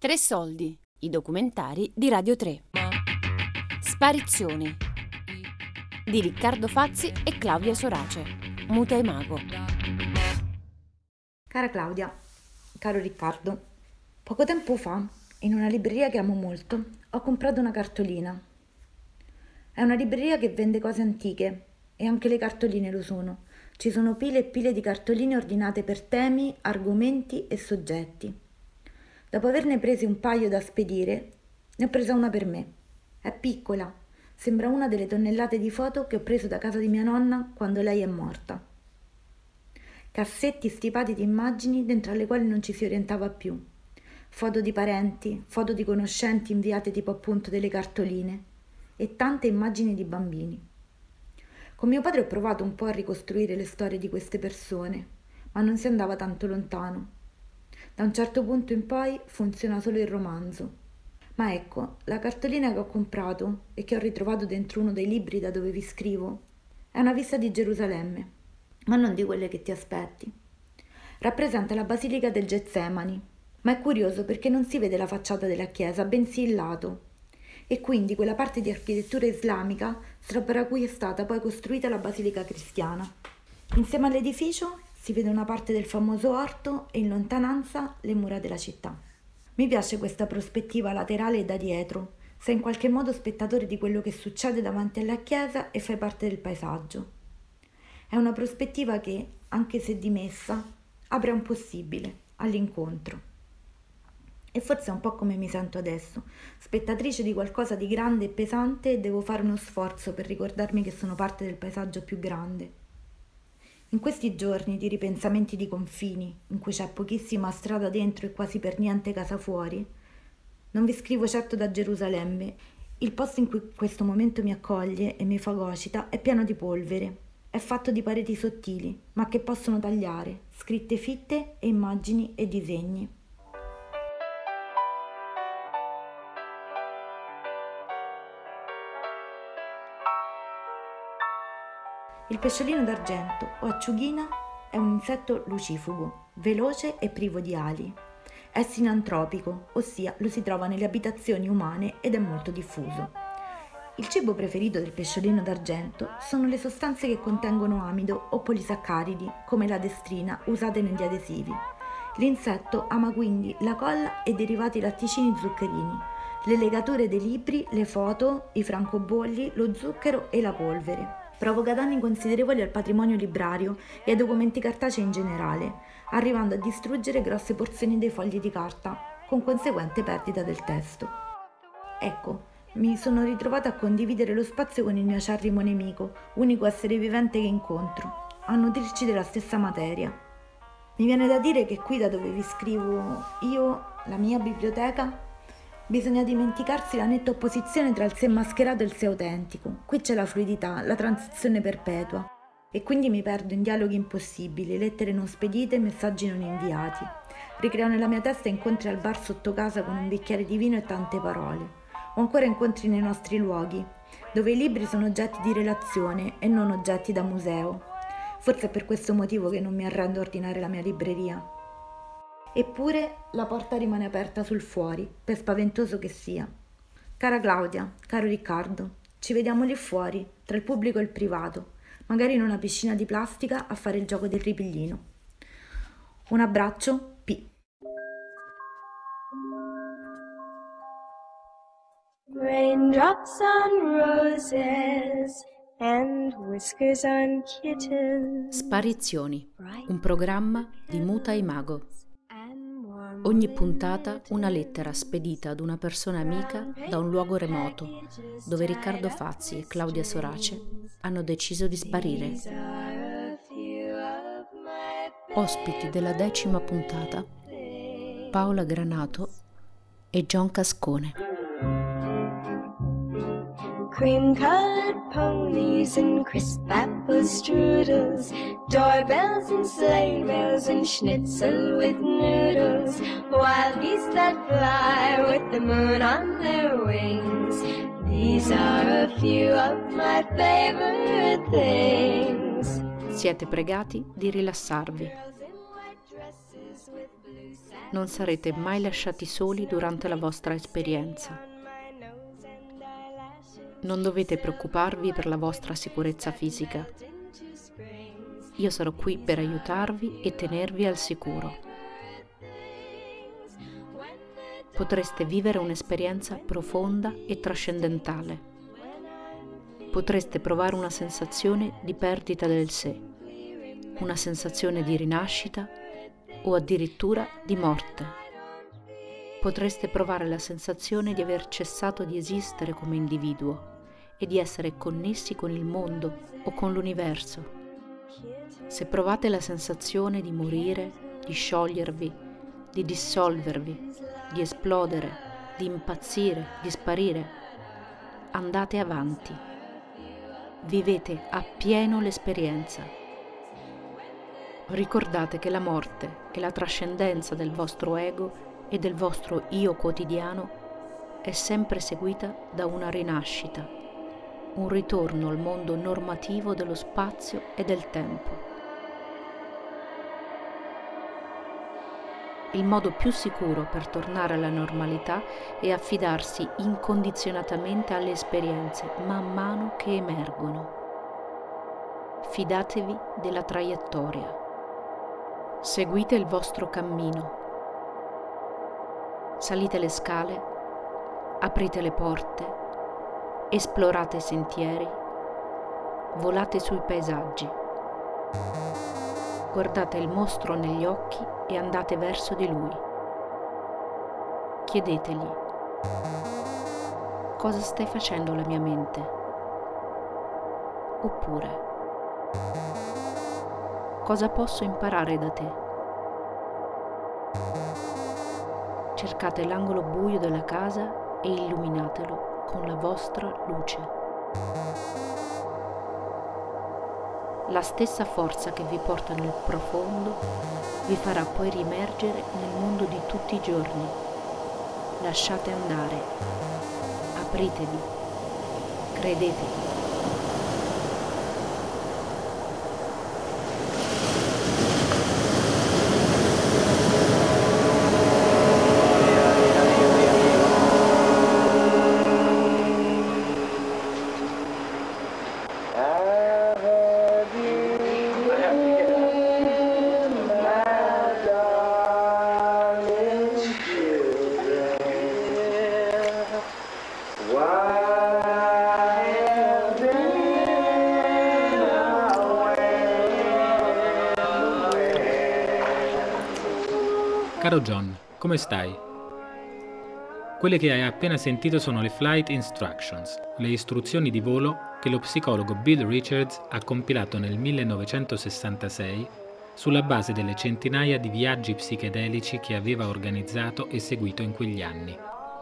Tre soldi, i documentari di Radio 3. Sparizioni di Riccardo Fazzi e Claudia Sorace. Muta e Mago. Cara Claudia, caro Riccardo, poco tempo fa, in una libreria che amo molto, ho comprato una cartolina. È una libreria che vende cose antiche e anche le cartoline lo sono. Ci sono pile e pile di cartoline ordinate per temi, argomenti e soggetti. Dopo averne presi un paio da spedire, ne ho presa una per me. È piccola, sembra una delle tonnellate di foto che ho preso da casa di mia nonna quando lei è morta. Cassetti stipati di immagini dentro alle quali non ci si orientava più. Foto di parenti, foto di conoscenti inviate tipo appunto delle cartoline e tante immagini di bambini. Con mio padre ho provato un po' a ricostruire le storie di queste persone, ma non si andava tanto lontano. Da un certo punto in poi funziona solo il romanzo. Ma ecco, la cartolina che ho comprato e che ho ritrovato dentro uno dei libri da dove vi scrivo è una vista di Gerusalemme, ma non di quelle che ti aspetti. Rappresenta la Basilica del Getsemani, ma è curioso perché non si vede la facciata della chiesa, bensì il lato, e quindi quella parte di architettura islamica sopra cui è stata poi costruita la Basilica cristiana. Insieme all'edificio si vede una parte del famoso orto e in lontananza le mura della città. Mi piace questa prospettiva laterale da dietro, sei in qualche modo spettatore di quello che succede davanti alla chiesa e fai parte del paesaggio. È una prospettiva che, anche se dimessa, apre a un possibile, all'incontro. E forse è un po' come mi sento adesso, spettatrice di qualcosa di grande e pesante e devo fare uno sforzo per ricordarmi che sono parte del paesaggio più grande. In questi giorni di ripensamenti di confini, in cui c'è pochissima strada dentro e quasi per niente casa fuori, non vi scrivo certo da Gerusalemme. Il posto in cui questo momento mi accoglie e mi fagocita è pieno di polvere. È fatto di pareti sottili, ma che possono tagliare, scritte fitte e immagini e disegni. Il pesciolino d'argento o acciughina è un insetto lucifugo, veloce e privo di ali. È sinantropico, ossia lo si trova nelle abitazioni umane ed è molto diffuso. Il cibo preferito del pesciolino d'argento sono le sostanze che contengono amido o polisaccaridi, come la destrina, usate negli adesivi. L'insetto ama quindi la colla e i derivati latticini zuccherini, le legature dei libri, le foto, i francobolli, lo zucchero e la polvere. Provoca danni considerevoli al patrimonio librario e ai documenti cartacei in generale, arrivando a distruggere grosse porzioni dei fogli di carta, con conseguente perdita del testo. Ecco, mi sono ritrovata a condividere lo spazio con il mio acerrimo nemico, unico essere vivente che incontro, a nutrirci della stessa materia. Mi viene da dire che qui da dove vi scrivo io, la mia biblioteca, bisogna dimenticarsi la netta opposizione tra il sé mascherato e il sé autentico. Qui c'è la fluidità, la transizione perpetua. E quindi mi perdo in dialoghi impossibili, lettere non spedite, messaggi non inviati. Ricreo nella mia testa incontri al bar sotto casa con un bicchiere di vino e tante parole. O ancora incontri nei nostri luoghi, dove i libri sono oggetti di relazione e non oggetti da museo. Forse è per questo motivo che non mi arrendo a ordinare la mia libreria. Eppure la porta rimane aperta sul fuori, per spaventoso che sia. Cara Claudia, caro Riccardo, ci vediamo lì fuori, tra il pubblico e il privato, magari in una piscina di plastica a fare il gioco del ripiglino. Un abbraccio, P. Raindrops on roses and whiskers on kittens. Sparizioni, un programma di Muta e Mago. Ogni puntata una lettera spedita ad una persona amica da un luogo remoto, dove Riccardo Fazzi e Claudia Sorace hanno deciso di sparire. Ospiti della 10ª puntata, Paola Granato e John Cascone. Cream-colored ponies and crisp apple strudels, doorbells and sleigh bells and schnitzel with noodles, wild geese that fly with the moon on their wings. These are a few of my favorite things. Siete pregati di rilassarvi. Non sarete mai lasciati soli durante la vostra esperienza. Non dovete preoccuparvi per la vostra sicurezza fisica. Io sarò qui per aiutarvi e tenervi al sicuro. Potreste vivere un'esperienza profonda e trascendentale. Potreste provare una sensazione di perdita del sé, una sensazione di rinascita o addirittura di morte. Potreste provare la sensazione di aver cessato di esistere come individuo e di essere connessi con il mondo o con l'universo. Se provate la sensazione di morire, di sciogliervi, di dissolvervi, di esplodere, di impazzire, di sparire, andate avanti. Vivete appieno l'esperienza. Ricordate che la morte e la trascendenza del vostro ego e del vostro io quotidiano è sempre seguita da una rinascita, un ritorno al mondo normativo dello spazio e del tempo. Il modo più sicuro per tornare alla normalità è affidarsi incondizionatamente alle esperienze man mano che emergono. Fidatevi della traiettoria. Seguite il vostro cammino. Salite le scale, aprite le porte, esplorate i sentieri, volate sui paesaggi. Guardate il mostro negli occhi e andate verso di lui. Chiedetegli: cosa stai facendo alla mia mente? Oppure: cosa posso imparare da te? Cercate l'angolo buio della casa e illuminatelo con la vostra luce. La stessa forza che vi porta nel profondo vi farà poi riemergere nel mondo di tutti i giorni. Lasciate andare, apritevi, credetevi. Caro John, come stai? Quelle che hai appena sentito sono le Flight Instructions, le istruzioni di volo che lo psicologo Bill Richards ha compilato nel 1966 sulla base delle centinaia di viaggi psichedelici che aveva organizzato e seguito in quegli anni.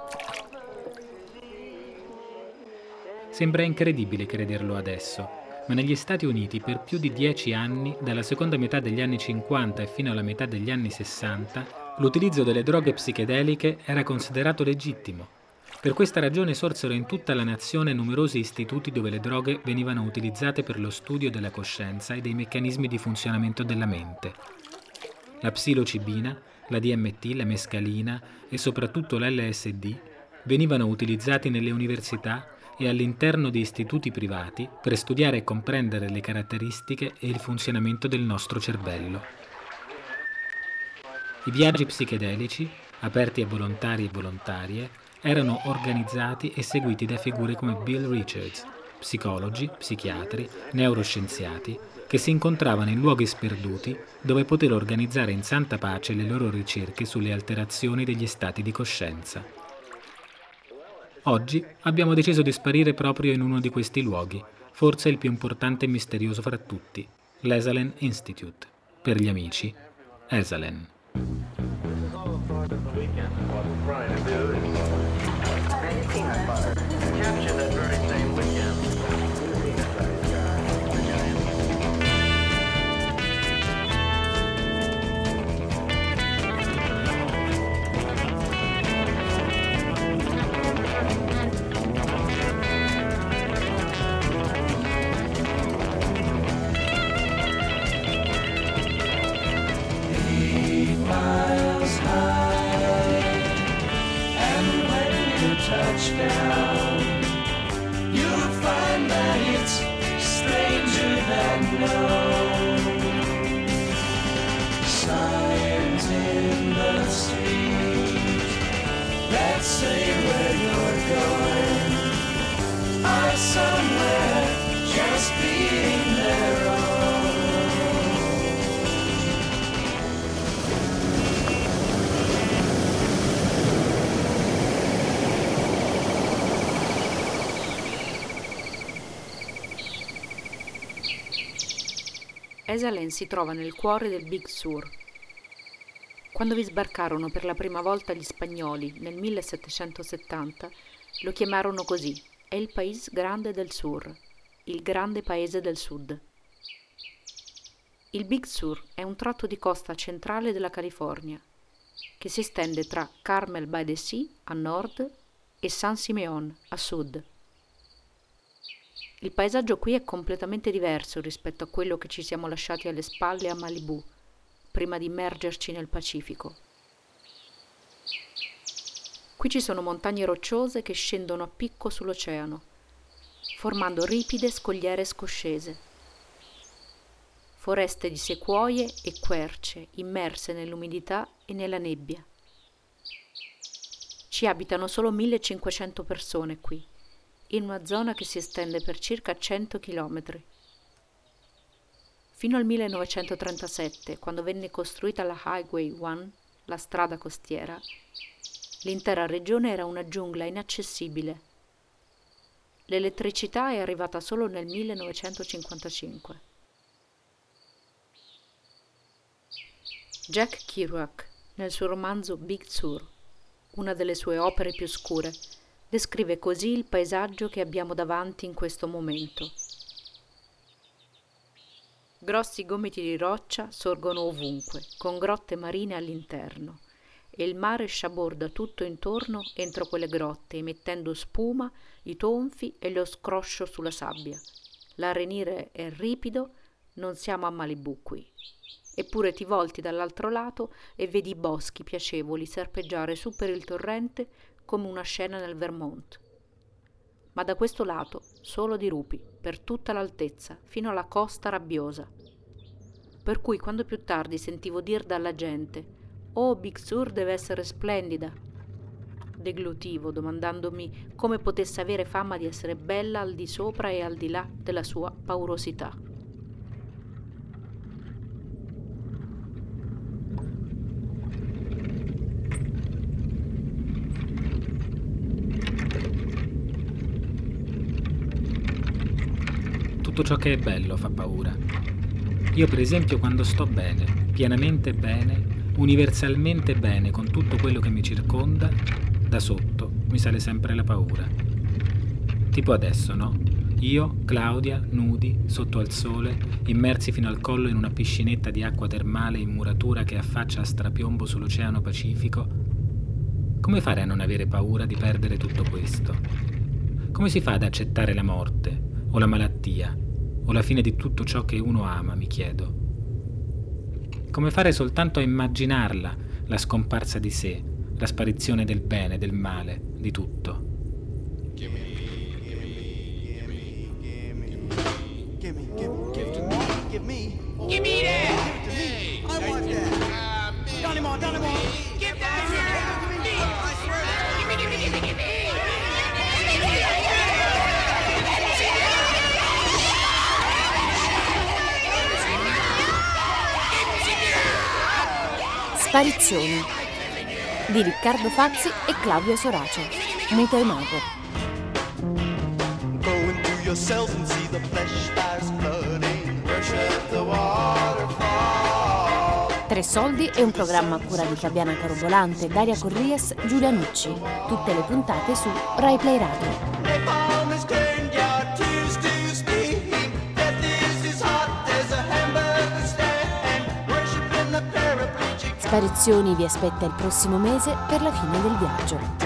Sembra incredibile crederlo adesso, ma negli Stati Uniti per più di 10 anni, dalla seconda metà degli anni 50 e fino alla metà degli anni 60, l'utilizzo delle droghe psichedeliche era considerato legittimo. Per questa ragione sorsero in tutta la nazione numerosi istituti dove le droghe venivano utilizzate per lo studio della coscienza e dei meccanismi di funzionamento della mente. La psilocibina, la DMT, la mescalina e soprattutto l'LSD venivano utilizzati nelle università e all'interno di istituti privati per studiare e comprendere le caratteristiche e il funzionamento del nostro cervello. I viaggi psichedelici, aperti a volontari e volontarie, erano organizzati e seguiti da figure come Bill Richards, psicologi, psichiatri, neuroscienziati, che si incontravano in luoghi sperduti dove poter organizzare in santa pace le loro ricerche sulle alterazioni degli stati di coscienza. Oggi abbiamo deciso di sparire proprio in uno di questi luoghi, forse il più importante e misterioso fra tutti, l'Esalen Institute. Per gli amici, Esalen. Miles high. know. Signs in the street that say where you're going are somewhere just being their own. Esalen si trova nel cuore del Big Sur. Quando vi sbarcarono per la prima volta gli spagnoli nel 1770, lo chiamarono così, El País Grande del Sur, il grande paese del sud. Il Big Sur è un tratto di costa centrale della California, che si estende tra Carmel by the Sea a nord e San Simeon a sud. Il paesaggio qui è completamente diverso rispetto a quello che ci siamo lasciati alle spalle a Malibu, prima di immergerci nel Pacifico. Qui ci sono montagne rocciose che scendono a picco sull'oceano, formando ripide scogliere scoscese. Foreste di sequoie e querce immerse nell'umidità e nella nebbia. Ci abitano solo 1500 persone qui, in una zona che si estende per circa 100 chilometri. Fino al 1937, quando venne costruita la Highway 1, la strada costiera, l'intera regione era una giungla inaccessibile. L'elettricità è arrivata solo nel 1955. Jack Kerouac, nel suo romanzo Big Sur, una delle sue opere più scure, descrive così il paesaggio che abbiamo davanti in questo momento. Grossi gomiti di roccia sorgono ovunque, con grotte marine all'interno, e il mare sciaborda tutto intorno entro quelle grotte, emettendo spuma, i tonfi e lo scroscio sulla sabbia. L'arenire è ripido, non siamo a Malibu qui. Eppure ti volti dall'altro lato e vedi i boschi piacevoli serpeggiare su per il torrente come una scena nel Vermont. Ma da questo lato solo dirupi, per tutta l'altezza, fino alla costa rabbiosa. Per cui quando più tardi sentivo dir dalla gente «Oh, Big Sur deve essere splendida», deglutivo domandandomi come potesse avere fama di essere bella al di sopra e al di là della sua paurosità. Tutto ciò che è bello fa paura. Io per esempio quando sto bene, pienamente bene, universalmente bene con tutto quello che mi circonda, da sotto mi sale sempre la paura. Tipo adesso, no? Io, Claudia, nudi, sotto al sole, immersi fino al collo in una piscinetta di acqua termale in muratura che affaccia a strapiombo sull'Oceano Pacifico. Come fare a non avere paura di perdere tutto questo? Come si fa ad accettare la morte, o la malattia, o la fine di tutto ciò che uno ama, mi chiedo. Come fare soltanto a immaginarla, la scomparsa di sé, la sparizione del bene, del male, di tutto. Sparizioni di Riccardo Fazzi e Claudio Sorace. Muta e Mago. Tre soldi è un programma a cura di Fabiana Carobolante, Daria Corries, Giulia Nucci. Tutte le puntate su Rai Play Radio. Sparizioni vi aspetta il prossimo mese per la fine del viaggio.